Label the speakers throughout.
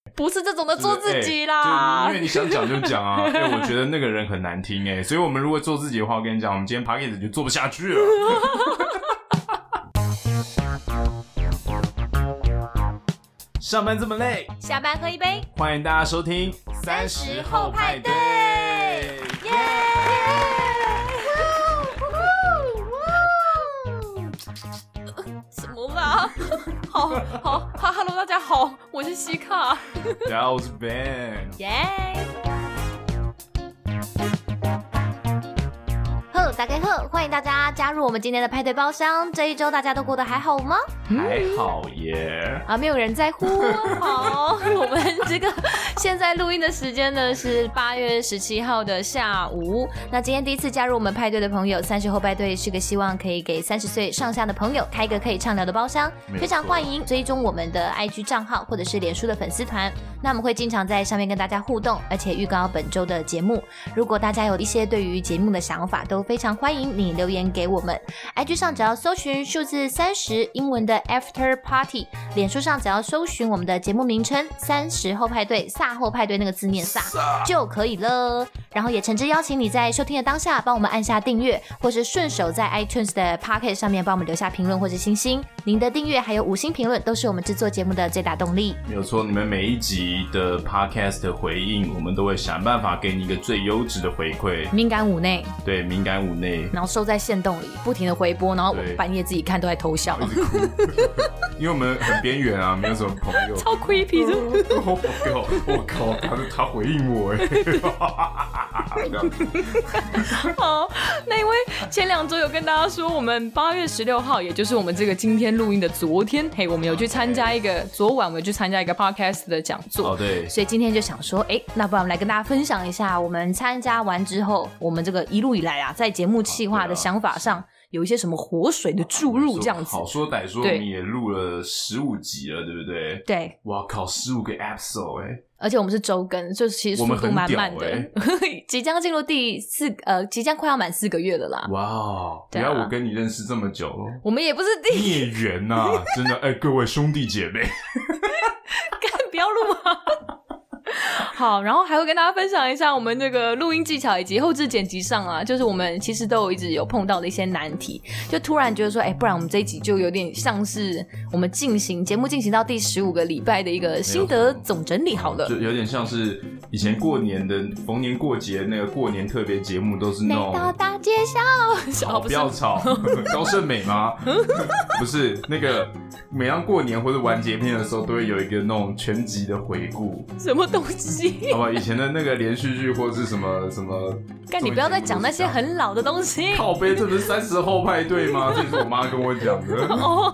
Speaker 1: 不是这种的做自己啦，
Speaker 2: 因为你想讲就讲啊。我觉得那个人很难听所以我们如果做自己的话，我跟你讲，我们今天 Podcast 就做不下去了。上班这么累，
Speaker 1: 下班喝一杯，
Speaker 2: 欢迎大家收听
Speaker 1: 30后派对，耶！什么啦？好 ，Hello， 大家好，我是西卡，
Speaker 2: 大家好，我是 Ben，
Speaker 1: 耶！大家好，欢迎大家加入我们今天的派对包厢。这一周大家都过得还好吗？
Speaker 2: 还好耶。
Speaker 1: 没有人在乎。好，我们这个现在录音的时间呢是8月17号的下午。那今天第一次加入我们派对的朋友，30后派对是个希望可以给30岁上下的朋友开一个可以畅聊的包厢，非常欢迎追踪我们的 IG 账号或者是脸书的粉丝团。那我们会经常在上面跟大家互动，而且预告本周的节目。如果大家有一些对于节目的想法，都非常欢迎你留言给我们。IG 上只要搜寻数字30，英文的 After Party， 脸书上只要搜寻我们的节目名称30后派对，撒后派对那个字念撒就可以了。然后也诚挚邀请你在收听的当下帮我们按下订阅，或是顺手在 iTunes 的 Podcast 上面帮我们留下评论或是星星。您的订阅还有5星评论都是我们制作节目的最大动力。
Speaker 2: 没有错，你们每一集的 Podcast 的回应，我们都会想办法给你一个最优质的回馈，
Speaker 1: 敏感五内，
Speaker 2: 对，敏感五内，
Speaker 1: 然后收在限动里，不停的回播，然后半夜自己看都在偷笑，
Speaker 2: 一直哭，因为我们很边缘啊，没有什么朋友，
Speaker 1: 超 creepy 的。
Speaker 2: 我靠，他回应我
Speaker 1: 好，那因为前2周有跟大家说，我们8月16号，也就是我们这个今天录音的昨天，我们有去参加一个，昨晚我们有去参加一个 podcast 的讲座，
Speaker 2: 对，
Speaker 1: 所以今天就想说，那不然我们来跟大家分享一下，我们参加完之后，我们这个一路以来在节目企划的想法上。有一些什么活水的注入这样子，
Speaker 2: 好说歹说，我们也录了15集了，对不对？
Speaker 1: 对，
Speaker 2: 哇靠，15个 episode
Speaker 1: 而且我们是周更，就其实速度蛮慢的，即将进入即将快要满4个月了啦。
Speaker 2: 哇，原来我跟你认识这么久了，
Speaker 1: 我们也不是
Speaker 2: 孽缘呐，真的，各位兄弟姐妹，
Speaker 1: 不要录啊！好，然后还会跟大家分享一下我们这个录音技巧以及后置剪辑上啊，就是我们其实都一直有碰到的一些难题，就突然觉得说，不然我们这一集就有点像是我们节目进行到第15个礼拜的一个心得总整理好了，
Speaker 2: 就有点像是以前过年的逢年过节那个过年特别节目都是那种
Speaker 1: 每到大街小，
Speaker 2: 不要吵，高胜美吗？不是，那个每当过年或者完结篇的时候，都会有一个那种全集的回顾，
Speaker 1: 什么东西？
Speaker 2: 好吧，以前的那个连续剧或是什么什么，
Speaker 1: 干你不要再讲那些很老的东西。
Speaker 2: 靠北，这不是30后派对吗？这是我妈跟我讲的。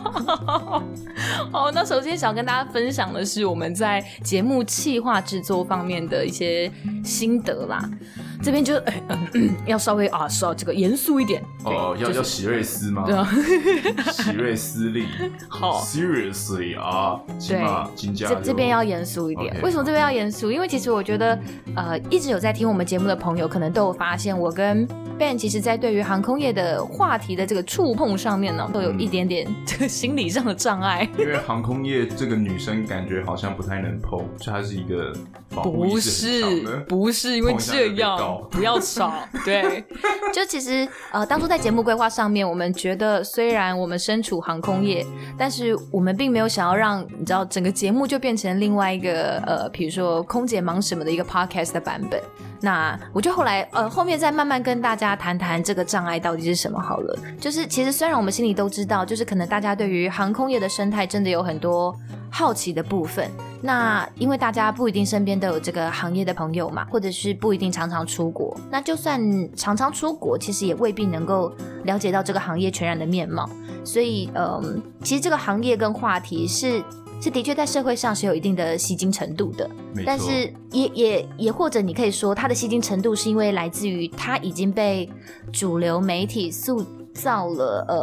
Speaker 1: 哦，那首先想跟大家分享的是我们在节目企划制作方面的一些心得啦。这边就要稍微这个严肃一点
Speaker 2: 要喜瑞斯吗？
Speaker 1: 对啊，
Speaker 2: 喜瑞斯利。
Speaker 1: 好
Speaker 2: ，seriously 对，
Speaker 1: 这边要严肃一点。为什么这边要严肃？因为其实我觉得一直有在听我们节目的朋友，可能都有发现，我跟 Ben 其实在对于航空业的话题的这个触碰上面呢，都有一点点这个心理上的障碍。
Speaker 2: 因为航空业这个女生感觉好像不太能碰，就她是一个保护意识很强的，
Speaker 1: 不是因为这样。不要吵，对，就其实当初在节目规划上面，我们觉得虽然我们身处航空业，但是我们并没有想要让你知道整个节目就变成另外一个比如说空姐忙什么的一个 podcast 的版本。那我就后来后面再慢慢跟大家谈谈这个障碍到底是什么好了。就是其实虽然我们心里都知道，就是可能大家对于航空业的生态真的有很多好奇的部分，那因为大家不一定身边都有这个行业的朋友嘛，或者是不一定常常出国，那就算常常出国，其实也未必能够了解到这个行业全然的面貌。所以其实这个行业跟话题是的确在社会上是有一定的吸睛程度的，但是也或者你可以说它的吸睛程度是因为来自于它已经被主流媒体塑造了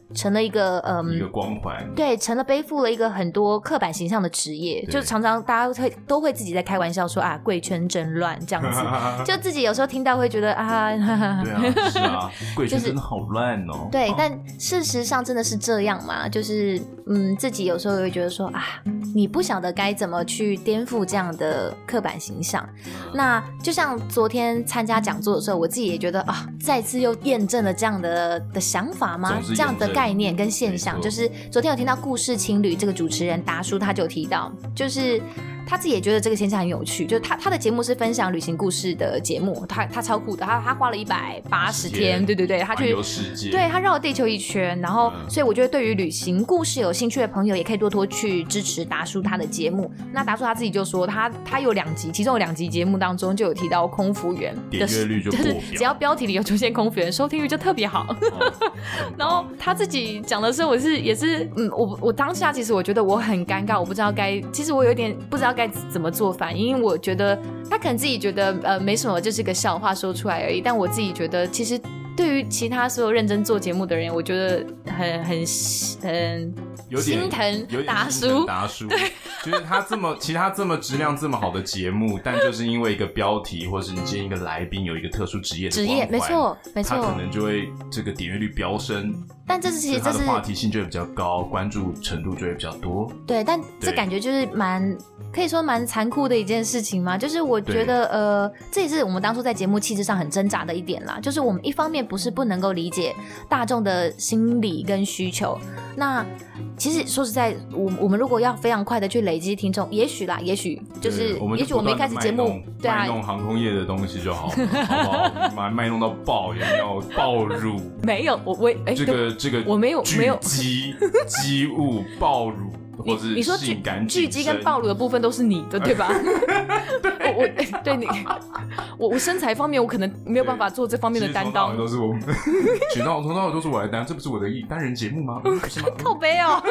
Speaker 1: 成了一个
Speaker 2: 一个光环，
Speaker 1: 对，成了背负了一个很多刻板形象的职业，就常常大家都会自己在开玩笑说啊，贵圈真乱这样子，就自己有时候听到会觉得啊，
Speaker 2: 对啊，是啊，贵圈真的好乱哦。
Speaker 1: 对，但事实上真的是这样吗？就是自己有时候会觉得说啊，你不晓得该怎么去颠覆这样的刻板形象。那就像昨天参加讲座的时候，我自己也觉得啊，再次又验证了这样的想法吗？这样的概念跟现象，就是昨天有听到故事青旅这个主持人达叔他就提到，就是他自己也觉得这个现象很有趣，就是他的节目是分享旅行故事的节目，他超酷的，他花了180天，对，他去
Speaker 2: 世界，
Speaker 1: 对，他绕了地球一圈，然后所以我觉得对于旅行故事有兴趣的朋友，也可以多多去支持达叔他的节目。那达叔他自己就说，他有2集，其中有2集节目当中就有提到空服员，
Speaker 2: 点阅率就
Speaker 1: 就是只要标题里有出现空服员，收听率就特别好。然后他自己讲的时候，也是我当下其实我觉得我很尴尬，我不知道其实我有点不知道该怎么做反应，因为我觉得他可能自己觉得没什么，就是个笑话说出来而已，但我自己觉得其实对于其他所有认真做节目的人，我觉得很心疼达叔，
Speaker 2: 就是其他这么质量这么好的节目，但就是因为一个标题，或是你今天一个来宾有一个特殊职业的光环，
Speaker 1: 没错，
Speaker 2: 他可能就会这个点阅率飙升。
Speaker 1: 但这是其实
Speaker 2: 他的话题性就会比较高，关注程度就会比较多。
Speaker 1: 对，但这感觉就是可以说蛮残酷的一件事情嘛。就是我觉得这也是我们当初在节目气质上很挣扎的一点啦。就是我们一方面不是不能够理解大众的心理跟需求，那其实说实在，我们如果要非常快的去累积听众，也许就是也许我们一开始节目对啊，
Speaker 2: 卖弄航空业的东西就好了，好不好？卖弄到爆，也要爆乳，
Speaker 1: 没有
Speaker 2: 这个
Speaker 1: 我没有
Speaker 2: 机物爆乳。或是
Speaker 1: 你说巨鸡跟暴露的部分都是你的，对吧？对你，我身材方面我可能没有办法做这方面的担当，
Speaker 2: 都是我们，从头到尾都是我来担，这不是我的单人节目吗？不是吗？
Speaker 1: 靠北哦。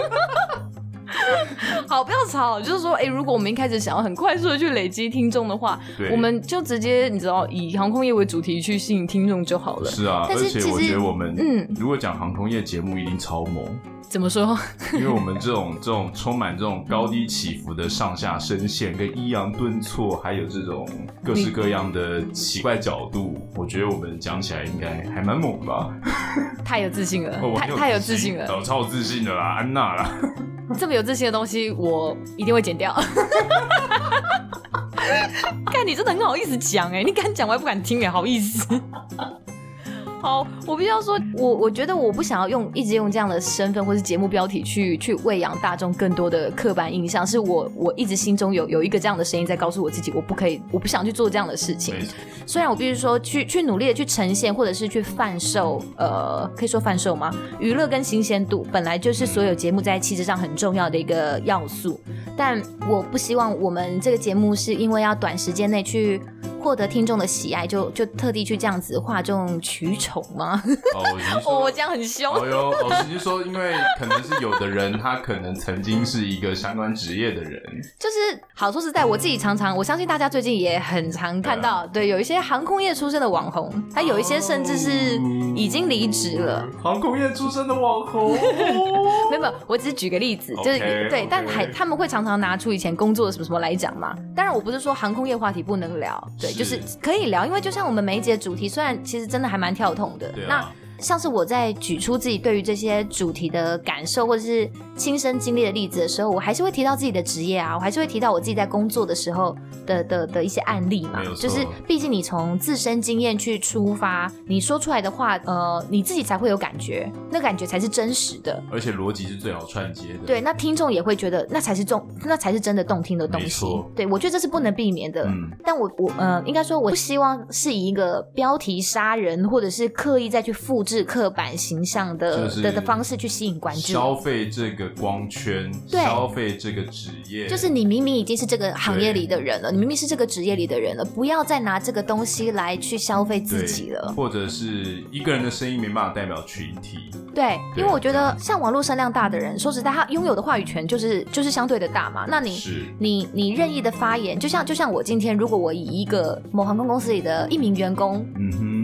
Speaker 1: 好，不要吵。就是说，如果我们一开始想要很快速的去累积听众的话，我们就直接你知道以航空业为主题去吸引听众就好了。
Speaker 2: 是啊，而且我觉得我们如果讲航空业节目一定超猛。
Speaker 1: 怎么说？
Speaker 2: 因为我们这种充满这种高低起伏的上下声线，跟抑扬顿挫，还有这种各式各样的奇怪角度，我觉得我们讲起来应该还蛮猛吧。
Speaker 1: 太有自信了，太有自信了，
Speaker 2: 超有自信的啦，安娜啦。
Speaker 1: 这么有自信的东西，我一定会剪掉。看你真的很好意思讲你敢讲我还不敢听好意思。好，我必须要说，我觉得我不想要一直用这样的身份或是节目标题去喂养大众更多的刻板印象，是我一直心中有一个这样的声音在告诉我自己，我不想去做这样的事情。虽然我必须说去努力的去呈现或者是去贩售，可以说贩售吗？娱乐跟新鲜度本来就是所有节目在气质上很重要的一个要素，但我不希望我们这个节目是因为要短时间内去获得听众的喜爱，就特地去这样子哗众取宠吗？我这样很凶。
Speaker 2: 你是说，因为可能是有的人他可能曾经是一个相关职业的人，
Speaker 1: 就是好说实在，我自己常我相信大家最近也很常看到，对，有一些航空业出身的网红，他有一些甚至是已经离职了。
Speaker 2: 航空业出身的网红，
Speaker 1: 没有，我只是举个例子，就是对，但他们会常常拿出以前工作的什么来讲嘛。当然，我不是说航空业话题不能聊，对，就是可以聊，因为就像我们每一集的主题，虽然其实真的还蛮跳痛的，那像是我在举出自己对于这些主题的感受或者是亲身经历的例子的时候，我还是会提到自己的职业啊，我还是会提到我自己在工作的时候的一些案例嘛，就是毕竟你从自身经验去出发，你说出来的话你自己才会有感觉，那感觉才是真实的，
Speaker 2: 而且逻辑是最好串接的。
Speaker 1: 对，那听众也会觉得那才是真的动听的东西。对，我觉得这是不能避免的。但我应该说我不希望是以一个标题杀人或者是刻意再去复制刻板形象的方式去吸引观众，
Speaker 2: 消费这个光圈，消费这个职业，
Speaker 1: 就是你明明已经是这个行业里的人了，你明明是这个职业里的人了，不要再拿这个东西来去消费自己了。或
Speaker 2: 者是一个人的声音没办法代表群体。
Speaker 1: 对，因为我觉得像网络声量大的人，说实在他拥有的话语权就是相对的大嘛。那你任意的发言，就像我今天如果我以一个某航空公司里的一名员工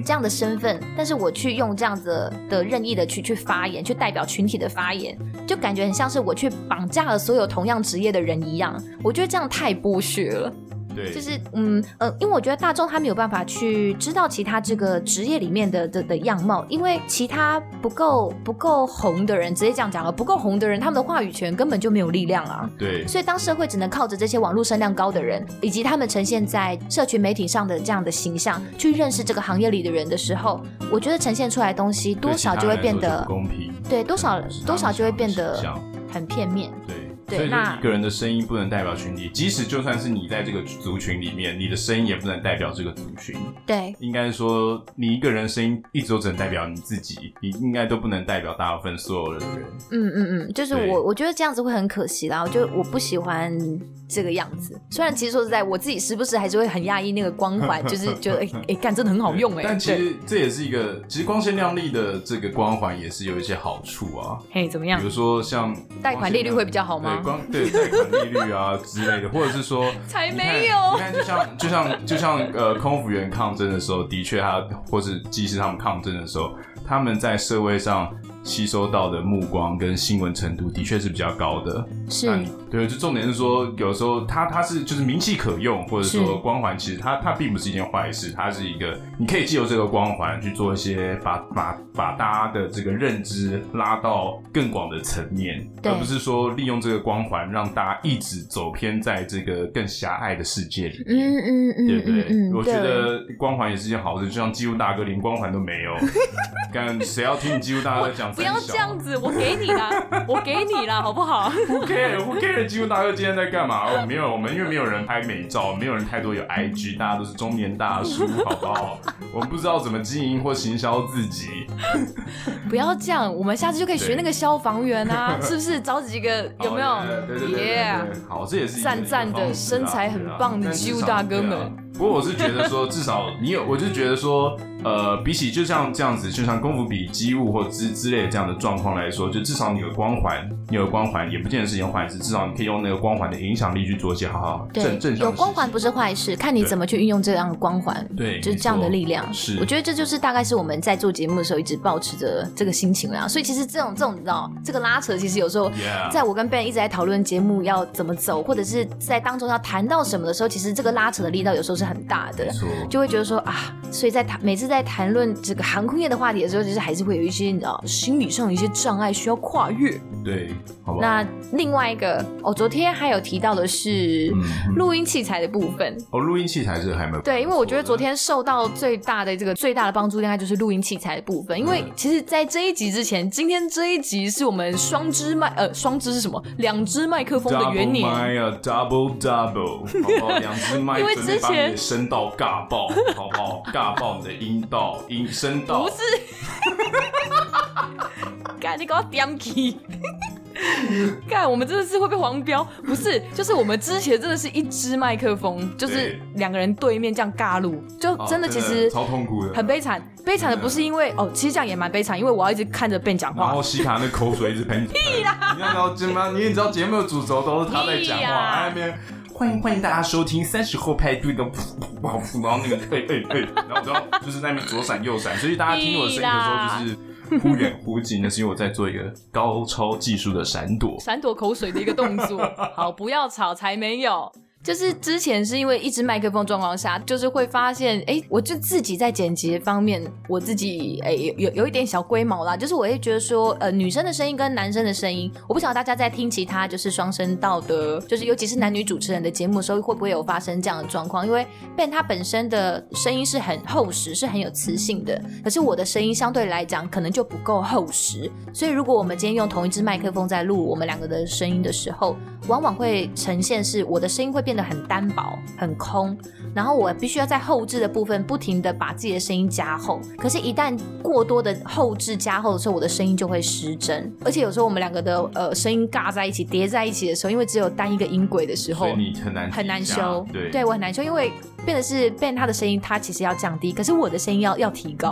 Speaker 1: 这样的身份，但是我去用这样子的任意的去发言，去代表群体的发言，就感觉很像是我去绑架了所有同样职业的人一样。我觉得这样太剥削了。
Speaker 2: 对，
Speaker 1: 就是因为我觉得大众他没有办法去知道其他这个职业里面的样貌，因为其他不够红的人，直接这样讲了，不够红的人，他们的话语权根本就没有力量啊。
Speaker 2: 对，
Speaker 1: 所以当社会只能靠着这些网络声量高的人，以及他们呈现在社群媒体上的这样的形象，去认识这个行业里的人的时候，我觉得呈现出来的东西多少就会变得
Speaker 2: 不公平，
Speaker 1: 对，多少就会变得很片面。
Speaker 2: 对，所以说一个人的声音不能代表群体，即使就算是你在这个族群里面，你的声音也不能代表这个族群。对，应该说你一个人的声音一直都只能代表你自己，你应该都不能代表大部分所有的人。
Speaker 1: 就是我觉得这样子会很可惜啦，我不喜欢这个样子。虽然其实说实在，我自己时不时还是会很压抑那个光环，就是觉得干真的很好用
Speaker 2: 但其实这也是一个，其实光鲜亮丽的这个光环也是有一些好处啊。
Speaker 1: 怎么样？
Speaker 2: 比如说像
Speaker 1: 贷款利率会比较好吗？
Speaker 2: 对贷款利率啊之类的，或者是说
Speaker 1: 才没有。
Speaker 2: 你看就像空服员抗争的时候，的确或是即使他们抗争的时候，他们在社会上吸收到的目光跟新闻程度的确是比较高的。
Speaker 1: 是，
Speaker 2: 对，就重点是说，有时候它是就是名气可用，或者说光环，其实它并不是一件坏事，它是一个你可以藉由这个光环去做一些把大家的这个认知拉到更广的层面，而不是说利用这个光环让大家一直走偏在这个更狭隘的世界里面。对不对？我觉得光环也是一件好事，就像基督大哥连光环都没有，干谁要听你基督大哥讲？
Speaker 1: 不要这样子，我给你啦，好不好
Speaker 2: ？Who care？ 基督大哥今天在干嘛？没有，我们因为没有人拍美照，没有人太多有 IG， 大家都是中年大叔，好不好？我们不知道怎么经营或行销自己。
Speaker 1: 不要这样，我们下次就可以学那个消防员啊，是不是？找几个有没有？
Speaker 2: 对，好，这也是
Speaker 1: 赞赞的身材很棒的基督大哥们。
Speaker 2: 不过我是觉得说，至少我就觉得说，比起就像这样子，就像功夫比机务或之类的这样的状况来说，就至少你有光环也不见得是一件坏事，至少你可以用那个光环的影响力去做一些好正向的事情。
Speaker 1: 有光环不是坏事，看你怎么去运用这样的光环，
Speaker 2: 对，
Speaker 1: 就是这样的力量。
Speaker 2: 是，
Speaker 1: 我觉得这就是大概是我们在做节目的时候一直抱持着这个心情啦。所以其实这种你知道，这个拉扯其实有时候，在我跟 Ben 一直在讨论节目要怎么走，或者是在当中要谈到什么的时候，其实这个拉扯的力道有时候是很大的。就会觉得说啊，所以每次在谈论这个航空业的话题的时候，就是还是会有一些你知道心理上的一些障碍需要跨越。
Speaker 2: 对，好吧。
Speaker 1: 那另外一个昨天还有提到的是录音器材的部分。
Speaker 2: 录音器材这个还没有。对，
Speaker 1: 因为我觉得昨天受到最大的帮助，应该就是录音器材的部分。因为其实，在这一集之前，今天这一集是我们双支是什么？两支麦克风的元年。
Speaker 2: Double， 好不好？两支麦，
Speaker 1: 因为之前
Speaker 2: 你的声道尬爆，好不好？尬爆你的音道、声道。
Speaker 1: 不是，干你给我点起。干，我们真的是会被黄标，不是？就是我们之前真的是一支麦克风，就是两个人对面这样尬录，就真的其实
Speaker 2: 超痛苦的，
Speaker 1: 很悲惨。悲惨的不是因为其实这样也蛮悲惨，因为我要一直看着 Ben 讲话，
Speaker 2: 然后西卡那口水一直喷。
Speaker 1: 屁啦！
Speaker 2: 你也知道节目的主轴都是他在讲话，在那边。欢迎大家收听30后派对的，然后那个然后就是在那边左闪右闪，所以大家听我的声音的时候就是忽远忽近，那是因为我在做一个高超技术的闪躲
Speaker 1: 口水的一个动作。好，不要吵，才没有。就是之前是因为一支麦克风状况下，就是会发现我就自己在剪辑方面我自己有一点小龟毛啦，就是我会觉得说女生的声音跟男生的声音，我不晓得大家在听其他就是双声道的，就是尤其是男女主持人的节目的时候会不会有发生这样的状况。因为 Ben 他本身的声音是很厚实，是很有磁性的，可是我的声音相对来讲可能就不够厚实，所以如果我们今天用同一支麦克风在录我们两个的声音的时候，往往会呈现是我的声音会变得很单薄很空，然后我必须要在后置的部分不停的把自己的声音加厚，可是一旦过多的后置加厚的时候，我的声音就会失真，而且有时候我们两个的声音尬在一起叠在一起的时候，因为只有单一个音轨的时候，
Speaker 2: 所以你很难
Speaker 1: 修。对，我很难修，因为变的是 Ben 他的声音他其实要降低，可是我的声音要提高，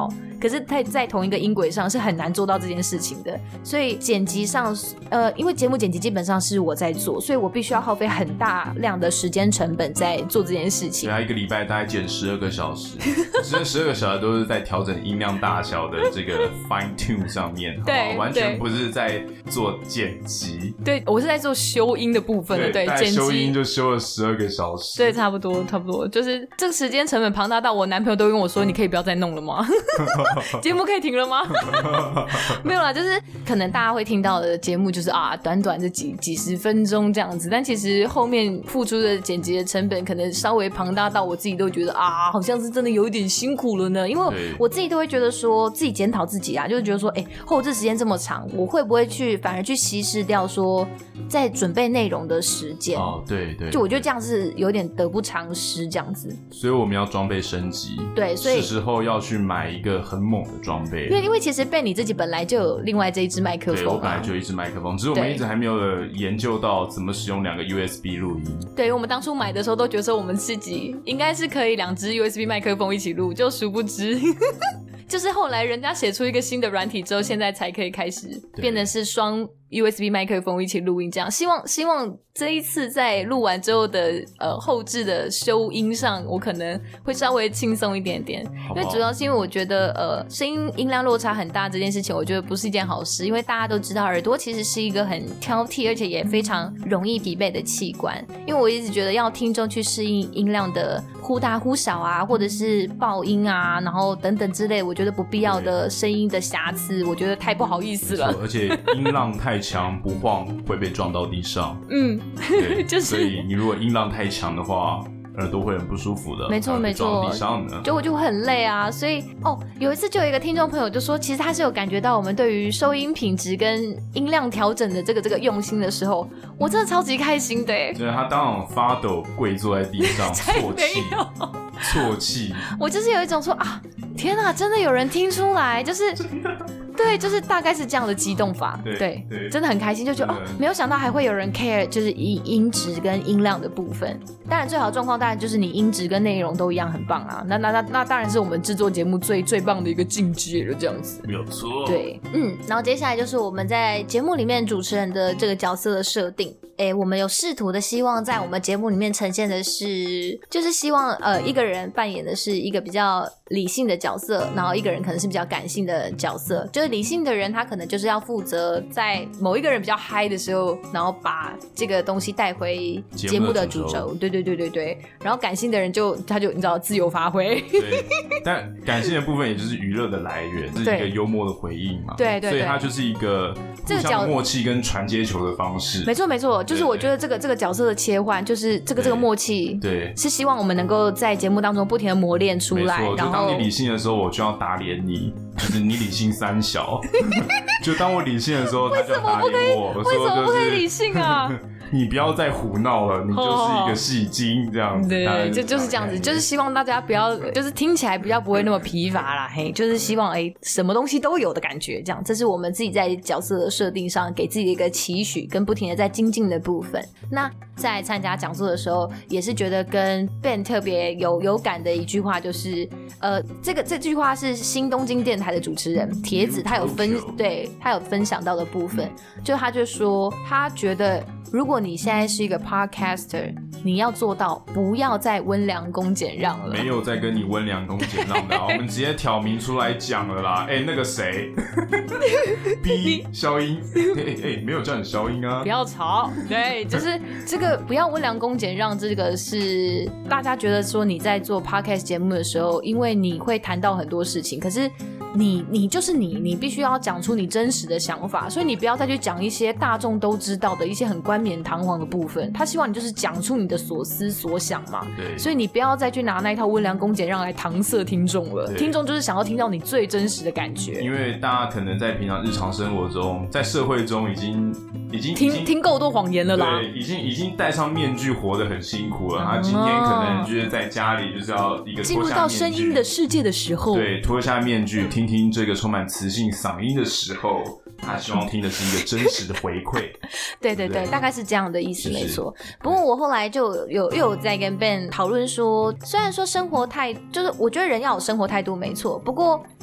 Speaker 1: 可是在同一个音轨上是很难做到这件事情的。所以剪辑上因为节目剪辑基本上是我在做，所以我必须要耗费很大量的时间成本在做这件事情。
Speaker 2: 对啊，一个礼拜大概剪12个小时，这12个小时都是在调整音量大小的这个 fine tune 上面，
Speaker 1: 对，
Speaker 2: 完全不是在做剪辑。
Speaker 1: 对，我是在做修音的部分的，对，剪辑
Speaker 2: 修音就修了12个小时。
Speaker 1: 对，差不多，就是这个时间成本庞大到我男朋友都跟我说：“你可以不要再弄了吗？节目可以停了吗？”没有啦，就是可能大家会听到的节目就是短短这几十分钟这样子，但其实后面付出的剪辑的成本可能稍微庞大到我自己都觉得好像是真的有一点辛苦了呢。因为我自己都会觉得说自己检讨自己就是觉得说后置时间这么长，我会不会反而去稀释掉说在准备内容的时间。
Speaker 2: 对，
Speaker 1: 就我觉得这样是有点得不偿失这样子。
Speaker 2: 所以我们要装备升级，
Speaker 1: 对，所以
Speaker 2: 是时候要去买一个很猛的装备。
Speaker 1: 因为其实Ben你自己本来就有另外这一支麦克风，
Speaker 2: 对，我本来就有一支麦克风，只是我们一直还没有研究到怎么使用2个 USB 录音。
Speaker 1: 对，我们当初买的时候都觉得说我们自己应该是可以2支 USB 麦克风一起录，就殊不知就是后来人家写出一个新的软体之后，现在才可以开始变成是双 USB 麦克风一起录音这样。希望这一次在录完之后的后置的修音上，我可能会稍微轻松一点点。因为主要是因为我觉得声音音量落差很大这件事情，我觉得不是一件好事。因为大家都知道耳朵其实是一个很挑剔而且也非常容易疲惫的器官。因为我一直觉得要听众去适应音量的忽大忽小或者是爆音然后等等之类，我觉得不必要的声音的瑕疵，我觉得太不好意思了。
Speaker 2: 而且音浪太强不晃会被撞到地上。对，就是所以你如果音浪太强的话，耳朵会很不舒服的。
Speaker 1: 没错，
Speaker 2: 撞地上呢，
Speaker 1: 就我就很累所以有一次就有一个听众朋友就说，其实他是有感觉到我们对于收音品质跟音量调整的这个用心的时候，我真的超级开心的
Speaker 2: 对，他当场发抖跪坐在地上啜泣。我
Speaker 1: 就是有一种说天哪，真的有人听出来，就是对，就是大概是这样的激动法。对，真的很开心，就觉得没有想到还会有人 care 就是音质跟音量的部分。当然最好的状况当然就是你音质跟内容都一样很棒那当然是我们制作节目最棒的一个境界了，这样子
Speaker 2: 没有错。
Speaker 1: 对，然后接下来就是我们在节目里面主持人的这个角色的设定。我们有试图的希望在我们节目里面呈现的是，就是希望一个人扮演的是一个比较理性的角色，然后一个人可能是比较感性的角色。就是理性的人他可能就是要负责在某一个人比较嗨的时候，然后把这个东西带回节目的主轴。对，然后感性的人他就你知道自由发挥。
Speaker 2: 对，但感性的部分也就是娱乐的来源，是一个幽默的回应嘛。
Speaker 1: 对，
Speaker 2: 所以它就是一个互相默契跟传接球的方式。
Speaker 1: 没错，就是我觉得这个角色的切换，就是这个默契，
Speaker 2: 对，
Speaker 1: 是希望我们能够在节目当中不停的磨练出来。
Speaker 2: 没错，就当你理性的时候，我就要打脸你，就是你理性三小。就当我理性的时候，他就要打脸我。
Speaker 1: 为什么不可以理性
Speaker 2: 你不要再胡闹了，你就是一个戏精这样子。
Speaker 1: 对，就是这样子，就是希望大家不要，就是听起来比较不会那么疲乏啦。就是希望什么东西都有的感觉，这样，这是我们自己在角色的设定上给自己的一个期许，跟不停的在精进的部分。那在参加讲座的时候，也是觉得跟 Ben 特别有感的一句话，就是这句话是新东京电台的主持人铁子他有分享到的部分，就他就说他觉得如果你现在是一个 podcaster， 你要做到不要再温良恭俭让了。
Speaker 2: 没有再跟你温良恭俭让的我们直接挑明出来讲了啦。那个谁逼消音没有叫你消音
Speaker 1: 不要吵。对，就是这个不要温良恭俭让，这个是大家觉得说你在做 podcast 节目的时候，因为你会谈到很多事情，可是你就是你必须要讲出你真实的想法，所以你不要再去讲一些大众都知道的一些很冠冕堂皇的部分。他希望你就是讲出你的所思所想嘛。
Speaker 2: 对，
Speaker 1: 所以你不要再去拿那一套温良恭俭让来搪塞听众了。听众就是想要听到你最真实的感觉。
Speaker 2: 因为大家可能在平常日常生活中，在社会中已经
Speaker 1: 听够多谎言了啦。
Speaker 2: 对，已经戴上面具活得很辛苦了。他今天可能就是在家里就是要一个脱下面具，
Speaker 1: 进入到声音的世界的时候，
Speaker 2: 对，脱下面具听听这个充满磁性嗓音的时候，他希望听的是一个真实的回馈。
Speaker 1: 对，大概是这样的意思，没错。不过我后来就又有在跟 Ben 讨论说，虽然说生活态就是我觉得人要有生活态度没错，不过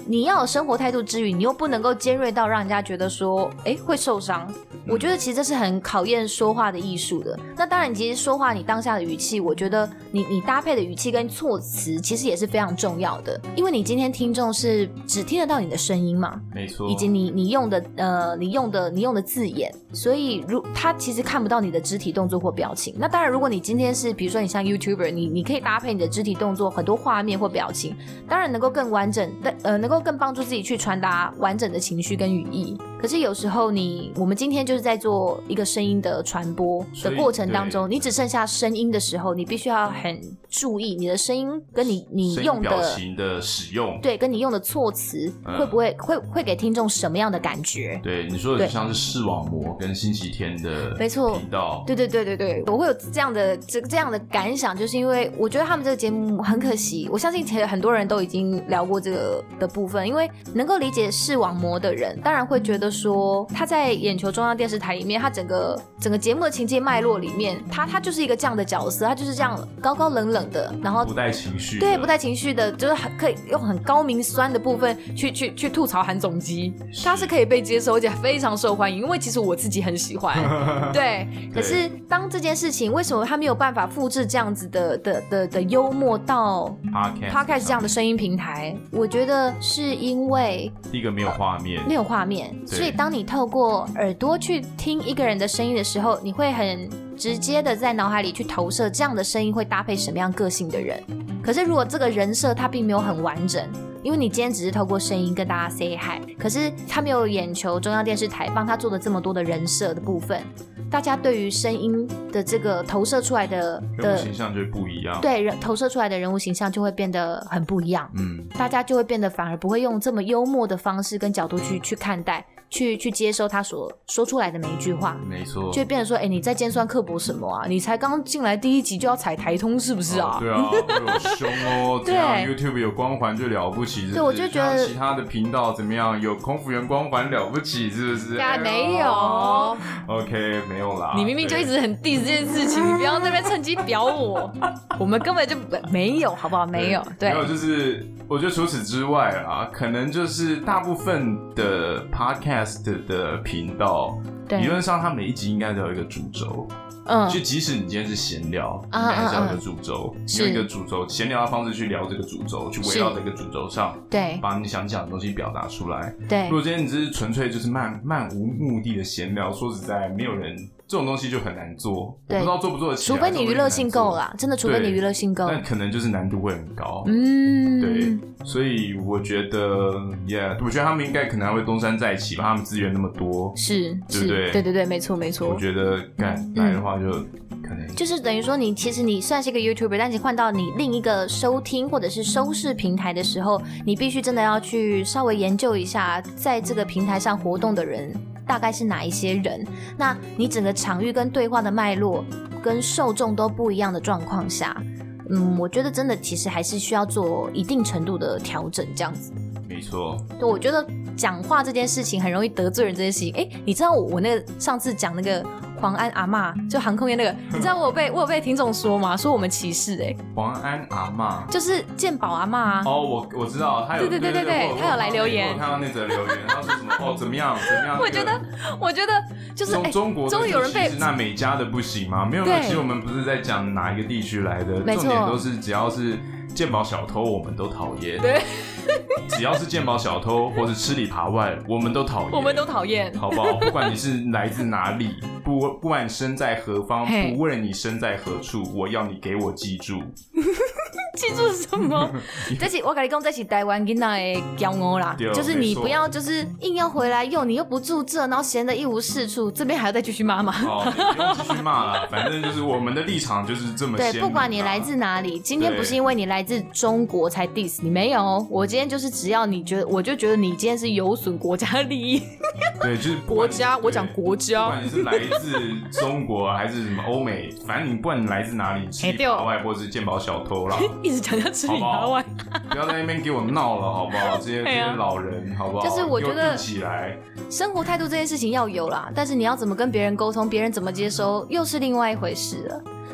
Speaker 1: 你要有生活态度之余，你又不能够尖锐到让人家觉得说会受伤。我觉得其实这是很考验说话的艺术的。那当然其实说话你当下的语气，我觉得你搭配的语气跟措辞其实也是非常重要的，因为你今天听众是只听得到你的声音嘛，
Speaker 2: 没错，
Speaker 1: 以及你用的字眼，所以他其实看不到你的肢体动作或表情。那当然如果你今天是比如说你像 YouTuber， 你可以搭配你的肢体动作很多画面或表情，当然能够更完整能够更帮助自己去传达完整的情绪跟语义。可是有时候我们今天就是在做一个声音的传播的过程当中，你只剩下声音的时候，你必须要很注意你的声音跟你用的
Speaker 2: 表情的使用，
Speaker 1: 对，跟你用的措辞会不会会给听众什么样的感觉？
Speaker 2: 对，你说的就像是视网膜跟星期天的
Speaker 1: 没错
Speaker 2: 频道，
Speaker 1: 对，我会有这样的感想，就是因为我觉得他们这个节目很可惜，我相信其实很多人都已经聊过这个的部分，因为能够理解视网膜的人，当然会觉得说他在眼球中央电视台里面，他整个节目的情节脉络里面，他就是一个这样的角色，他就是这样高高冷冷的，然后
Speaker 2: 不带情绪，
Speaker 1: 对，不带情绪的，就是可以用很高明酸的部分去吐槽韩总机，他是可以被接受而且非常受欢迎，因为其实我自己很喜欢对，可是当这件事情为什么他没有办法复制这样子的幽默到 Podcast 这样的声音平台，我觉得是因为
Speaker 2: 第一个没有画面，
Speaker 1: 所以当你透过耳朵去听一个人的声音的时候，你会很直接的在脑海里去投射这样的声音会搭配什么样个性的人。可是如果这个人设他并没有很完整，因为你今天只是透过声音跟大家 say hi， 可是他没有眼球中央电视台帮他做了这么多的人设的部分，大家对于声音的这个投射出来的
Speaker 2: 人物形象就会不一样，
Speaker 1: 对，投射出来的人物形象就会变得很不一样，大家就会变得反而不会用这么幽默的方式跟角度去看待，去接收他所说出来的每一句话，
Speaker 2: 没错，
Speaker 1: 就会变成说你在尖酸刻薄什么啊，你才刚进来第一集就要踩台通是不是啊？
Speaker 2: 对啊，会有凶哦这样 YouTube 有光环就了不起，
Speaker 1: 对，我就觉得
Speaker 2: 其他的频道怎么样，有空服员光环了不起是不是？
Speaker 1: 没有
Speaker 2: OK 没有啦，
Speaker 1: 你明明就一直很 diss 这件事情，你不要在那边趁机表我我们根本就没有好不好？没有，对，
Speaker 2: 没有，就是我觉得除此之外啊，可能就是大部分的 Podcast 的频道理论上它每一集应该都有一个主轴，就即使你今天是闲聊，你还是要有一个主轴，用一个主轴闲聊的方式去聊这个主轴，去围绕这个主轴上，
Speaker 1: 对，
Speaker 2: 把你想讲的东西表达出来。
Speaker 1: 对，
Speaker 2: 如果今天你只是纯粹就是漫无目的的闲聊，说实在，没有人这种东西就很难做，我不知道做不做得起来，
Speaker 1: 除非你娱乐性够啦，真的，除非你娱乐性够，
Speaker 2: 但可能就是难度会很高。对，所以我觉得我觉得他们应该可能还会东山再起吧，他们资源那么多，
Speaker 1: 是，
Speaker 2: 对不对？
Speaker 1: 对，没错。
Speaker 2: 我觉得来的话就可能
Speaker 1: 就是等于说其实你算是一个 YouTuber， 但是换到你另一个收听或者是收视平台的时候，你必须真的要去稍微研究一下，在这个平台上活动的人大概是哪一些人，那你整个场域跟对话的脉络跟受众都不一样的状况下，我觉得真的其实还是需要做一定程度的调整，这样子。
Speaker 2: 没错，
Speaker 1: 对，我觉得讲话这件事情很容易得罪人这件事情。你知道我那个上次讲那个黄安阿嬷，就航空业那个，你知道我有被听众说吗？说我们歧视
Speaker 2: 黄安阿嬷就是
Speaker 1: 健保阿嬷啊。
Speaker 2: 我知道，他有
Speaker 1: 对，他有来留言，
Speaker 2: 我看到那则留言，他说什么怎么样？
Speaker 1: 我觉得就是
Speaker 2: 中国
Speaker 1: 终于有人被
Speaker 2: 那每家的不行吗？没有，其实我们不是在讲哪一个地区来的，重点都是只要是健保小偷，我们都讨厌。对。只要是健保小偷或是吃里扒外，我们都讨厌，好不好？不管你是来自哪里，不管你身在何方，不问你身在何处，我要你给我记住。
Speaker 1: 记住什么？这是我跟你讲，这是台湾囡仔的骄傲啦，就是你不要就是硬要回来用，你又不住这，然后闲得一无是处，这边还要再继续骂吗？
Speaker 2: 不用继续骂啦，反正就是我们的立场就是这么鲜明。
Speaker 1: 对，不管你来自哪里，今天不是因为你来自中国才 diss 你，没有，我今天就是只要你觉得，我就觉得你今天是有损国家利益。
Speaker 2: 对，就是
Speaker 1: 国家，我讲国家，
Speaker 2: 不管你是来自中国还是什么欧美，反正你不管你来自哪里，吃里扒外或是健保小偷啦。
Speaker 1: 一直讲要吃里扒外，
Speaker 2: 不要在那边给我闹了，好不好？这些老人，好不好？
Speaker 1: 就是我觉得
Speaker 2: 起来，
Speaker 1: 生活态度这件事情要有啦，但是你要怎么跟别人沟通，别人怎么接收，又是另外一回事了。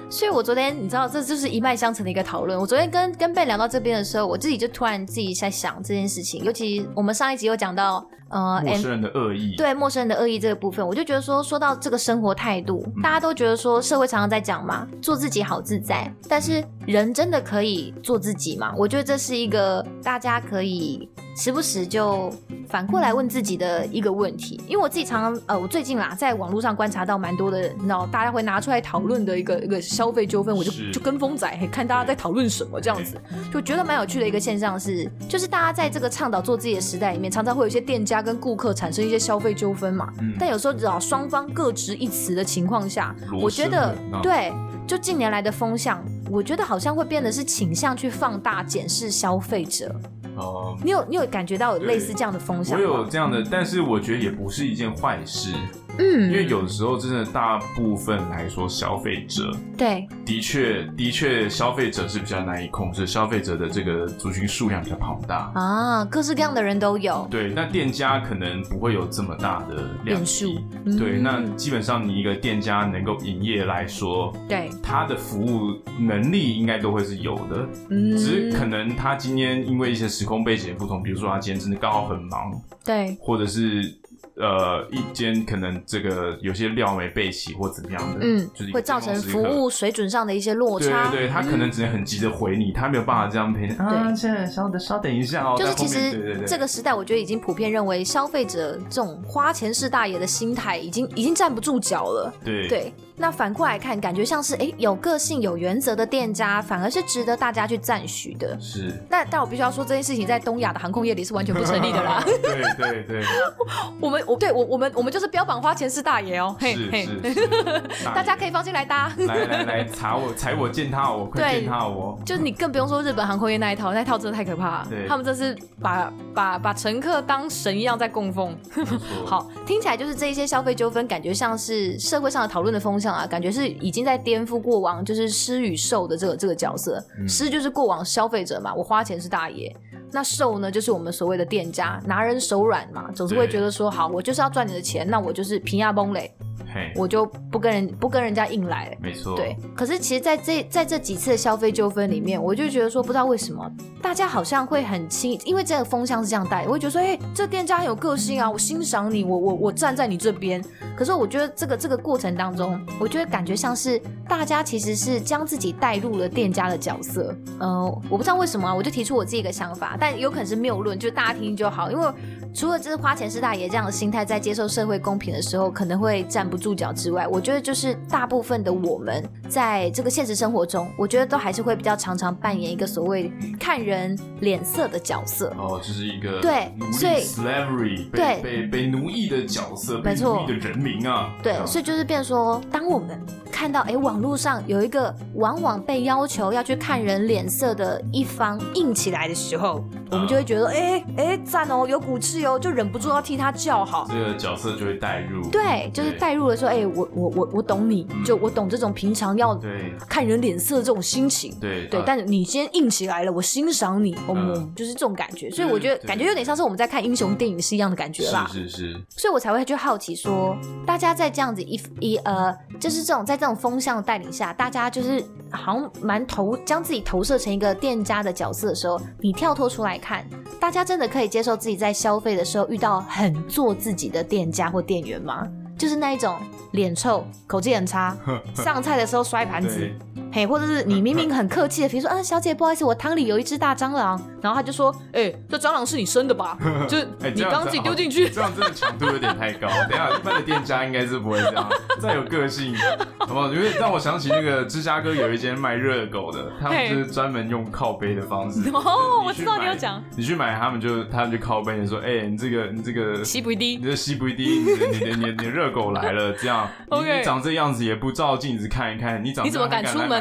Speaker 1: 所以我昨天你知道这就是一脉相承的一个讨论。我昨天跟Ben聊到这边的时候，我自己就突然自己在想这件事情，尤其我们上一集有讲到
Speaker 2: 陌生人的恶意，
Speaker 1: 对陌生人的恶意这个部分，我就觉得说到这个生活态度，大家都觉得说社会常常在讲嘛，做自己好自在，但是人真的可以做自己吗？我觉得这是一个大家可以时不时就反过来问自己的一个问题。因为我自己常常我最近啦在网络上观察到蛮多的，你知道大家会拿出来讨论的一个消费纠纷，我就跟风仔看大家在讨论什么这样子，就觉得蛮有趣的一个现象是，就是大家在这个倡导做自己的时代里面，常常会有一些店家跟顾客产生一些消费纠纷嘛，但有时候只要双方各执一词的情况下，我觉得对，就近年来的风向，我觉得好像会变得是倾向去放大检视消费者。你有感觉到有类似这样的风向吗？
Speaker 2: 我有这样的，但是我觉得也不是一件坏事。因为有的时候真的大部分来说，消费者
Speaker 1: 对
Speaker 2: 的确消费者是比较难以控制，消费者的这个族群数量比较庞大
Speaker 1: 啊，各式各样的人都有。
Speaker 2: 对，那店家可能不会有这么大的量数。对，那基本上你一个店家能够营业来说，对他的服务能力应该都会是有的，只是可能他今天因为一些时空背景的不同，比如说他今天真的刚好很忙，对，或者是一间可能这个有些料没备齐或怎么样的，就是
Speaker 1: 会造成服务水准上的一些落差。
Speaker 2: 对，他可能只能很急着回你，他没有办法这样陪你。现在稍等一下哦。
Speaker 1: 就是其实这个时代，我觉得已经普遍认为消费者这种花钱是大爷的心态已经站不住脚了。对。那反过来看，感觉像是有个性有原则的店家反而是值得大家去赞许的。是。但我必须要说，这件事情在东亚的航空业里是完全不成立的啦。对。我们就是标榜花钱是大爷哦。是。大家可以放心来搭。
Speaker 2: 来踩我践踏我，快践踏我。
Speaker 1: 就是你更不用说日本航空业那一套真的太可怕了。他们这是把乘客当神一样在供奉。好，听起来就是这一些消费纠纷，感觉像是社会上的讨论的风向。感觉是已经在颠覆过往就是施与受的这个角色。施就是过往消费者嘛，我花钱是大爷，那受呢就是我们所谓的店家，拿人手软嘛，总是会觉得说好，我就是要赚你的钱，那我就是平压崩嘞，我就不跟人家硬来。没错。对，可是其实在这几次的消费纠纷里面，我就觉得说不知道为什么大家好像会很轻易，因为这个风向是这样带，我会觉得说这店家很有个性啊，我欣赏你，我站在你这边。可是我觉得这个过程当中，我觉得感觉像是大家其实是将自己带入了店家的角色。我不知道为什么我就提出我自己一个想法，但有可能是谬论，就大家听就好。因为除了就是花钱是大爷这样的心态在接受社会公平的时候可能会站不住脚之外，我觉得就是大部分的我们在这个现实生活中，我觉得都还是会比较常常扮演一个所谓看人脸色的角色。
Speaker 2: 就是一个
Speaker 1: 对
Speaker 2: 奴隶 slavery 被奴役的角色，被奴役的人民啊。
Speaker 1: 对，所以就是变成说，当我们看到网络上有一个往往被要求要去看人脸色的一方硬起来的时候，我们就会觉得赞哦，有骨气哦，就忍不住要替他叫好，
Speaker 2: 这个角色就会带入。
Speaker 1: 对，就是带入了说我懂你，就我懂这种平常要看人脸色的这种心情。对，但你今天硬起来了，我欣赏你，就是这种感觉。所以我觉得感觉有点像是我们在看英雄电影是一样的感觉啦。是。所以我才会去好奇说，大家在这样子就是在这种风向的带领下，大家就是好像将自己投射成一个店家的角色的时候，你跳脱出来看，大家真的可以接受自己在消费的时候遇到很做自己的店家或店员吗？就是那一种脸臭、口气很差，上菜的时候摔盘子，或者是你明明很客气的，比如说小姐不好意思，我汤里有一只大蟑螂，然后他就说这蟑螂是你生的吧？就是你刚自己丢进去，
Speaker 2: 这样真的强度有点太高。等一下一般的店家应该是不会这样，再有个性，好不好？因为让我想起那个芝加哥有一间卖热狗的，他们就是专门用靠背的方式。
Speaker 1: 我知道你要讲，
Speaker 2: 你去买他们就靠背，你说你这个
Speaker 1: 吸不低，
Speaker 2: 你这吸不低，你热狗来了，这样你长这样子也不照镜子看一看，你怎么敢出门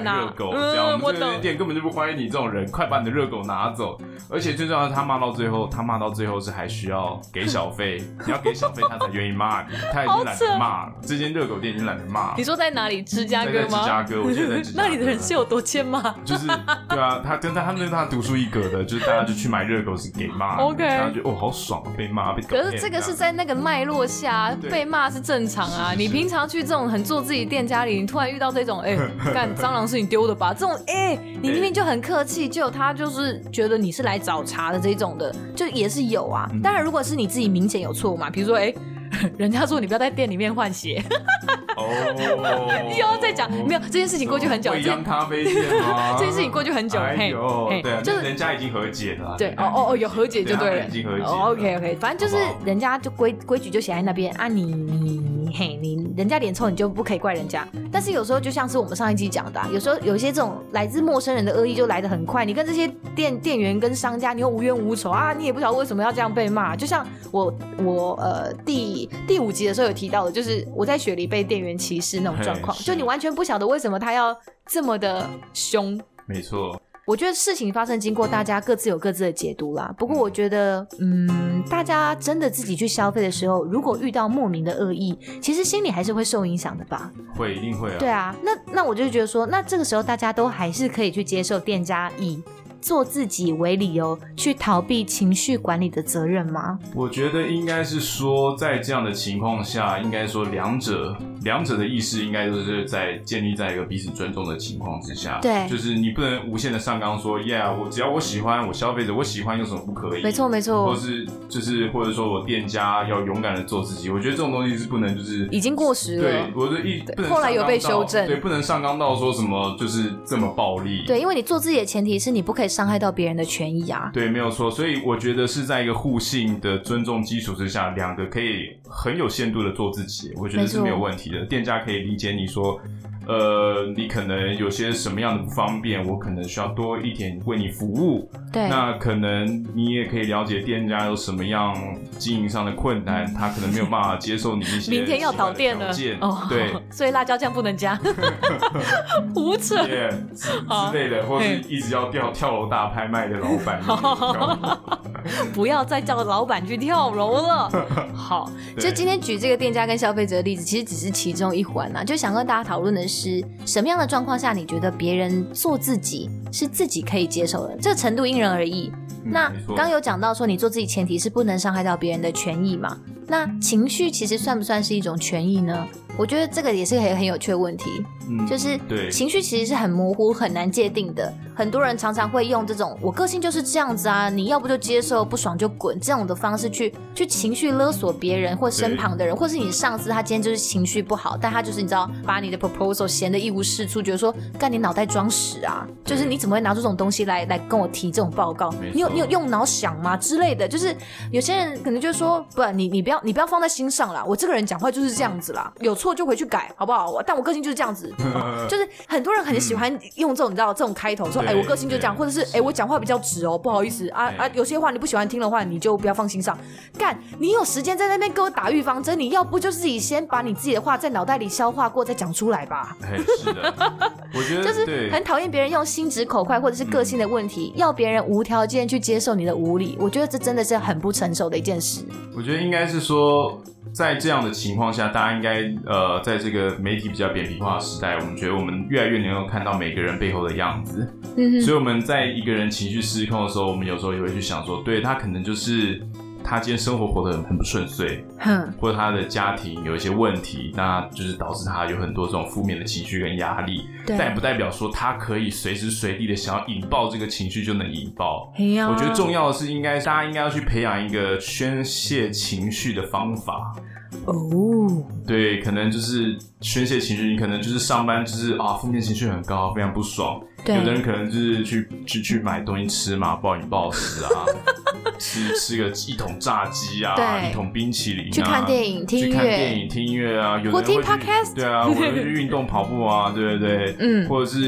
Speaker 1: 啊，
Speaker 2: 热狗这样，我们这个店根本就不欢迎你这种人，快把你的热狗拿走。而且最重要的，他骂到最后是还需要给小费，你要给小费他才愿意骂你，他已经懒得骂了，这间热狗店已经懒得骂了。
Speaker 1: 你说在哪里？芝加哥吗？
Speaker 2: 在芝加哥，我记得在芝加哥。
Speaker 1: 那里的人是有多欠骂？
Speaker 2: 就是对啊，他跟他独树一格的，就是大家就去买热狗是给骂
Speaker 1: ，OK，
Speaker 2: 大家觉得好爽，被骂被。
Speaker 1: 可是这个是在那个脉络下被骂是正常啊。你平常去这种很做自己店家里，你突然遇到这种干蟑螂是你丢的吧？这种你明明就很客气，就他就是觉得你是来找茬的这种的，就也是有啊。当然，如果是你自己明显有错嘛，比如说人家说你不要在店里面换鞋。又要再讲没有这件事情过去很久，
Speaker 2: 未央咖啡店吗？
Speaker 1: 这件事情过去很久，
Speaker 2: 对啊，就是人家已经和解了，
Speaker 1: 对，有和解就对了，
Speaker 2: 已经和解了
Speaker 1: ，OK， 反正就是人家就规矩就写在那边啊，你人家脸臭你就不可以怪人家，但是有时候就像是我们上一集讲的有时候有一些这种来自陌生人的恶意就来得很快，你跟这些店员跟商家你又无冤无仇啊，你也不晓得为什么要这样被骂，就像我第5集的时候有提到的，就是我在雪梨被店员歧视那种状况，就你完全不晓得为什么他要这么的凶。
Speaker 2: 没错，
Speaker 1: 我觉得事情发生经过大家各自有各自的解读啦，不过我觉得大家真的自己去消费的时候，如果遇到莫名的恶意，其实心里还是会受影响的吧。
Speaker 2: 会，一定会啊。
Speaker 1: 对啊，那我就觉得说，那这个时候大家都还是可以去接受店家以做自己为理由去逃避情绪管理的责任吗？
Speaker 2: 我觉得应该是说，在这样的情况下，应该说两者的意识应该都是在建立在一个彼此尊重的情况之下。
Speaker 1: 对，
Speaker 2: 就是你不能无限的上纲说 ，Yeah， 只要我喜欢，我消费者我喜欢有什么不可以？
Speaker 1: 没错没错。
Speaker 2: 或者说我店家要勇敢的做自己，我觉得这种东西是不能就是
Speaker 1: 已经过时了。
Speaker 2: 对，我觉得不能
Speaker 1: 后来有被修正。
Speaker 2: 对，不能上纲到说什么就是这么暴力。
Speaker 1: 对，因为你做自己的前提是你不可以伤害到别人的权益啊。
Speaker 2: 对，没有错。所以我觉得是在一个互信的尊重基础之下，两个可以很有限度的做自己，我觉得是没有问题的。店家可以理解你说，你可能有些什么样的不方便，我可能需要多一点为你服务。
Speaker 1: 对，
Speaker 2: 那可能你也可以了解店家有什么样经营上的困难，他可能没有办法接受你一些
Speaker 1: 明天要倒店了，
Speaker 2: 对，
Speaker 1: 所以辣椒酱不能加，胡扯
Speaker 2: 之类的，或是一直要跳楼大拍卖的老板，
Speaker 1: 不要再叫老板去跳楼了。好，就今天举这个店家跟消费者的例子，其实只是其中一环啊，就想跟大家讨论的是，什么样的状况下你觉得别人做自己是自己可以接受的？这个程度因人而异。那刚有讲到说，你做自己前提是不能伤害到别人的权益嘛？那情绪其实算不算是一种权益呢？我觉得这个也是很有趣的问题，就是情绪其实是很模糊很难界定的，很多人常常会用这种我个性就是这样子啊，你要不就接受，不爽就滚这种的方式去情绪勒索别人或身旁的人，或是你上司他今天就是情绪不好，但他就是你知道把你的 proposal 嫌得一无是处，觉得说干你脑袋装屎啊，就是你怎么会拿出这种东西来跟我提这种报告，你有用脑想吗之类的，就是有些人可能就说不，你不要放在心上啦，我这个人讲话就是这样子啦，有错就回去改好不好，但我个性就是这样子就是很多人很喜欢用这种你知道这种开头说我个性就这样，或者是我讲话比较直不好意思有些话你不喜欢听的话你就不要放心上，干你有时间在那边给我打预防针，你要不就自己先把你自己的话在脑袋里消化过再讲出来吧。
Speaker 2: 是的，我觉得
Speaker 1: 就是很讨厌别人用心直口快或者是个性的问题要别人无条件去接受你的无理，我觉得这真的是很不成熟的一件事。
Speaker 2: 我觉得应该是说在这样的情况下，大家应该在这个媒体比较扁平化的时代，我们觉得我们越来越能够看到每个人背后的样子，所以我们在一个人情绪失控的时候，我们有时候也会去想说，对，他可能就是他今天生活活得很不顺遂，或者他的家庭有一些问题，那就是导致他有很多这种负面的情绪跟压力，但也不代表说他可以随时随地的想要引爆这个情绪就能引爆。我觉得重要的是大家应该要去培养一个宣泄情绪的方法。对，可能就是宣泄情绪，你可能就是上班就是负面情绪很高，非常不爽。有的人可能就是去买东西吃嘛，暴饮暴食啊，吃个一桶炸鸡啊，一桶冰淇淋啊，
Speaker 1: 去看电影听音乐
Speaker 2: 啊，有的人会去
Speaker 1: podcast，
Speaker 2: 对啊，有的人去运动跑步啊，对不对？或者是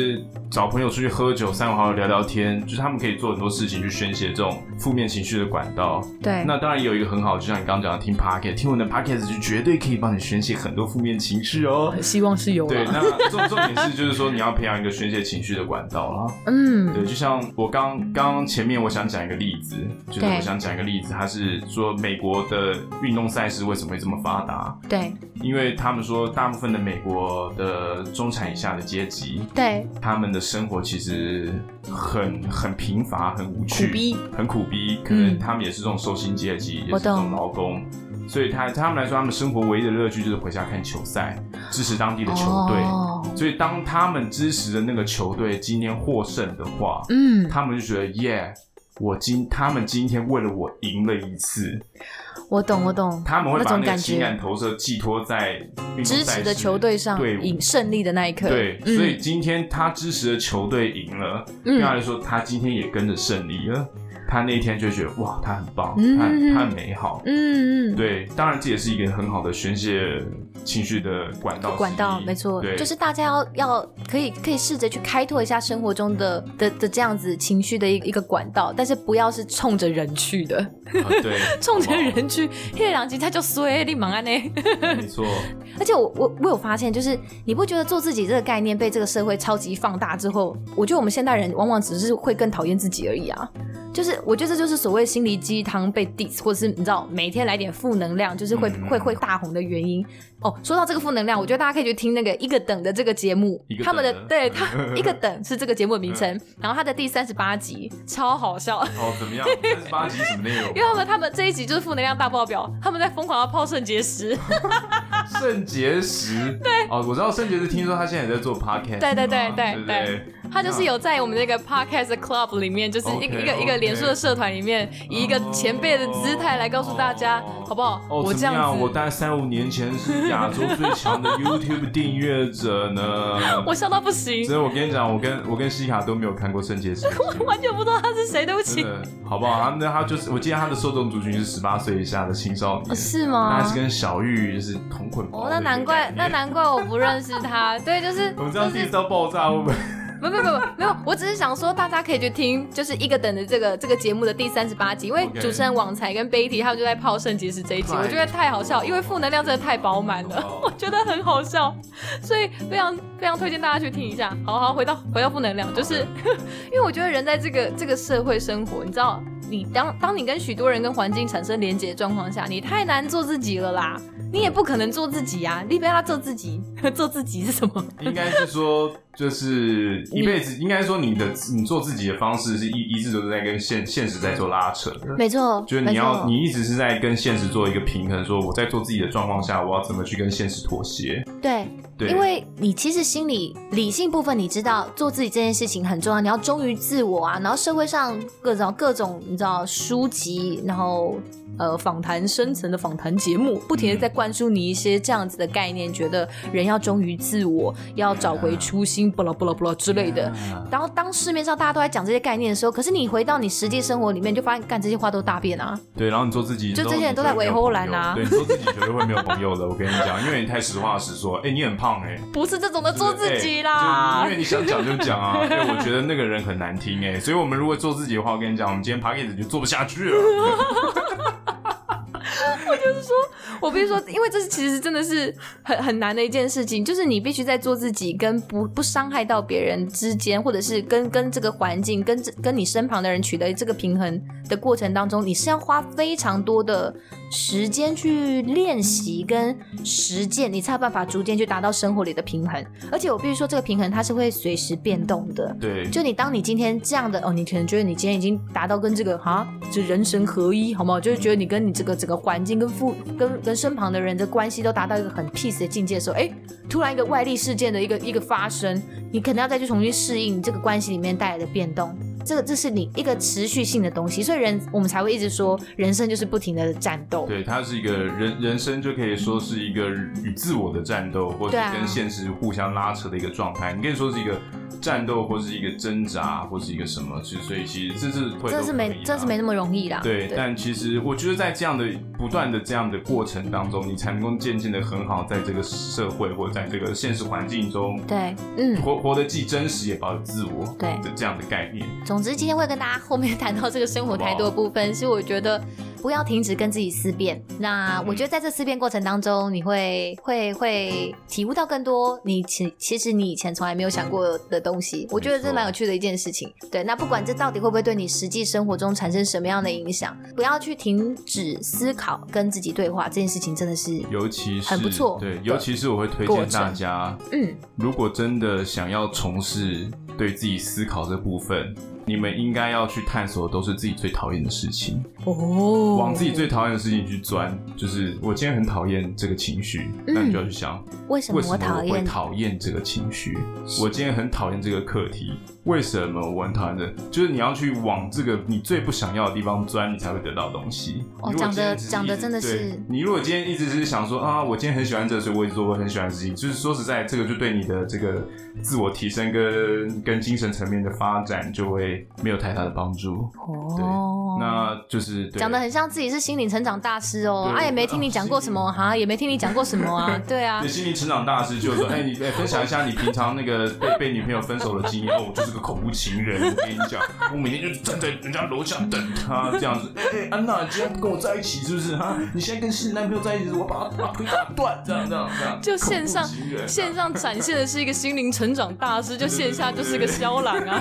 Speaker 2: 找朋友出去喝酒，三五好友聊聊天，就是他们可以做很多事情去宣泄这种负面情绪的管道。
Speaker 1: 对，
Speaker 2: 那当然也有一个很好，就像你刚刚讲的听 podcast， 听我的 podcast 就绝对可以帮你宣泄很多负面情绪哦。
Speaker 1: 希望是有。
Speaker 2: 对，那重点是就是说你要培养一个宣泄情绪的管道啦。对，就像我刚前面我想讲一个例子，就是我想讲一个例子，他是说美国的运动赛事为什么会这么发达？对，因为他们说大部分的美国的中产以下的阶级，对，他们的生活其实很贫乏，很无趣，很苦逼，可能他们也是这种受薪阶级，也是这种劳工。所以他们来说，他们生活唯一的乐趣就是回家看球赛，支持当地的球队。所以当他们支持的那个球队今天获胜的话，他们就觉得耶，他们今天为了我赢了一次。我懂，他们会把那个情感投射寄托在运动赛事支持的球队上，赢胜利的那一刻。对，所以今天他支持的球队赢了，对他来说，他今天也跟着胜利了。他那一天就觉得哇，他很棒，他很美好。对，当然这也是一个很好的宣泄情绪的管道，没错，就是大家要可以试着去开拓一下生活中的这样子情绪的一个管道，但是不要是冲着人去的。对，冲着人去，那两集他就衰，你忙啊呢。没错。而且我有发现，就是你不觉得做自己这个概念被这个社会超级放大之后，我觉得我们现代人往往只是会更讨厌自己而已啊。就是我觉得这就是所谓心灵鸡汤被 diss， 或者是你知道每天来点负能量，就是会大红的原因。说到这个负能量，我觉得大家可以去听那个一个等的这个节目，他们的对他一个等是这个节目的名称，然后他的第38集超好笑。怎么样？38集什么内容？因为他们这一集就是负能量大爆表，他们在疯狂的泡肾结石。肾结石？对。我知道肾结石，听说他现在也在做 podcast。对。他就是有在我们那个 podcast club 里面，就是一个脸书的社团里面，以一个前辈的姿态来告诉大家，好不好？我这样子，我大概3-5年前是亚洲最强的 YouTube 订阅者呢。我笑到不行。所以我跟你讲，我跟西卡都没有看过肾结石，我完全不知道他是谁，对不起。好不好？他就是，我记得他的受众族群是18岁以下的青少年。是吗？他还是跟小玉就是同捆包。那难怪我不认识他。对，就是我们这样第一招爆炸会不会？没有，我只是想说，大家可以去听，就是一个等的这个节目的第38集，因为主持人网才跟Betty他们就在泡肾结石这一集，我觉得太好笑，因为负能量真的太饱满了，我觉得很好笑，所以非常非常推荐大家去听一下。好，回到负能量，就是因为我觉得人在这个社会生活，你知道，你当你跟许多人跟环境产生连结的状况下，你太难做自己了啦。你也不可能做自己啊，你不要做自己，做自己是什么？应该是说，就是一辈子，应该说你做自己的方式是一直都是在跟现实在做拉扯的。没错，就是你一直是在跟现实做一个平衡，说我在做自己的状况下，我要怎么去跟现实妥协？对，因为你其实心里理性部分你知道做自己这件事情很重要，你要忠于自我啊，然后社会上各种你知道书籍，然后访谈深层的访谈节目，不停的在灌输你一些这样子的概念，觉得人要忠于自我，要找回初心，不啦不啦不啦之类的。然后当市面上大家都在讲这些概念的时候，可是你回到你实际生活里面，就发现干这些话都大便啊。对，然后你做自己，就这些人都在尾后栏啊。对，你做自己绝对会没有朋友的，我跟你讲，因为你太实话实说。你很胖不是这种的做自己啦，因为你想讲就讲啊。对，我觉得那个人很难听所以我们如果做自己的话，我跟你讲，我们今天 podcast 就做不下去了。我就是说，我必须说，因为这其实真的是很难的一件事情，就是你必须在做自己跟不伤害到别人之间，或者是跟这个环境跟你身旁的人取得这个平衡的过程当中，你是要花非常多的时间去练习跟实践，你才有办法逐渐去达到生活里的平衡。而且我必须说，这个平衡它是会随时变动的。对，就当你今天这样的你可能觉得你今天已经达到跟这个就人神合一，好吗？就是觉得你跟你这个环境跟身旁的人的关系都达到一个很 peace 的境界的时候，突然一个外力事件的一个发生，你可能要再去重新适应这个关系里面带来的变动。这是你一个持续性的东西，所以我们才会一直说人生就是不停的战斗。对，它是一个人生就可以说是一个与自我的战斗，或者跟现实互相拉扯的一个状态。你可以说是一个战斗或是一个挣扎或是一个什么，所以其实这是会
Speaker 1: 真是没那么容易啦。
Speaker 2: 对，但其实我觉得在这样的不断的这样的过程当中，你才能够渐渐的很好在这个社会或在这个现实环境中，
Speaker 1: 对，
Speaker 2: 活得既真实也保有自我，
Speaker 1: 对
Speaker 2: 的这样的概念。
Speaker 1: 总之今天会跟大家后面谈到这个生活态度的部分，是我觉得不要停止跟自己思辨。那我觉得在这思辨过程当中，你会体悟到更多其实你以前从来没有想过的东西。我觉得这蛮有趣的一件事情。对，那不管这到底会不会对你实际生活中产生什么样的影响，不要去停止思考跟自己对话，这件事情真的是很不错。
Speaker 2: 对，尤其是我会推荐大家，如果真的想要从事对自己思考这部分，你们应该要去探索的都是自己最讨厌的事情哦，往自己最讨厌的事情去钻。就是我今天很讨厌这个情绪，那你就要去想
Speaker 1: 为什么我会
Speaker 2: 讨厌这个情绪？我今天很讨厌这个课题，为什么我很讨厌这？就是你要去往这个你最不想要的地方钻，你才会得到东西。
Speaker 1: 哦，讲的真的是，
Speaker 2: 你如果今天一直是想说啊，我今天很喜欢这个，所以我也做过很喜欢的事情，就是说实在，这个就对你的这个自我提升跟精神层面的发展就会没有太大的帮助。对，那就是
Speaker 1: 讲的很像自己是心灵成长大师哦，也没听你讲过什么哈，也没听你讲过什么啊，对啊。
Speaker 2: 对，心灵成长大师就是说，你分享一下你平常那个被女朋友分手的经验。哦，我就是个恐怖情人，我跟你讲，我每天就站在人家楼下等他这样子。安娜，你今天不跟我在一起是不是？哈，你现在跟新男朋友在一起，我把腿打断，这样。
Speaker 1: 就线上展现的是一个心灵成长大师，就线下就是个肖郎啊。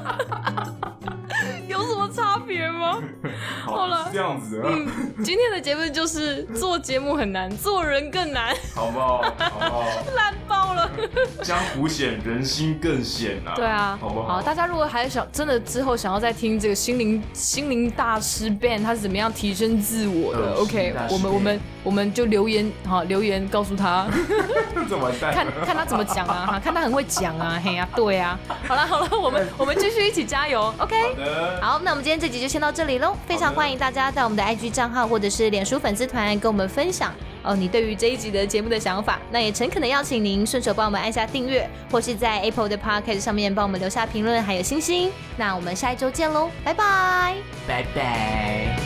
Speaker 1: 有什么差别吗？好了，
Speaker 2: 这样子。
Speaker 1: 今天的结论就是做节目很难，做人更难，
Speaker 2: 好不好？
Speaker 1: 烂爆了。
Speaker 2: 江湖险，人心更险啊！
Speaker 1: 对啊，
Speaker 2: 好不好？
Speaker 1: 好，大家如果还真的之后想要再听这个心灵大师 Ben 他是怎么样提升自我的，OK， 我们就留言告诉他，
Speaker 2: 这完蛋，
Speaker 1: 看他怎么讲啊，看他很会讲啊，嘿呀，对啊，好了，我们继续一起加油 ，OK。好，那我们今天这集就先到这里喽。非常欢迎大家在我们的 IG 账号或者是脸书粉丝团跟我们分享你对于这一集的节目的想法。那也诚恳的邀请您顺手帮我们按下订阅，或是在 Apple 的 Podcast 上面帮我们留下评论还有星星。那我们下一周见喽，拜拜，
Speaker 2: 拜拜。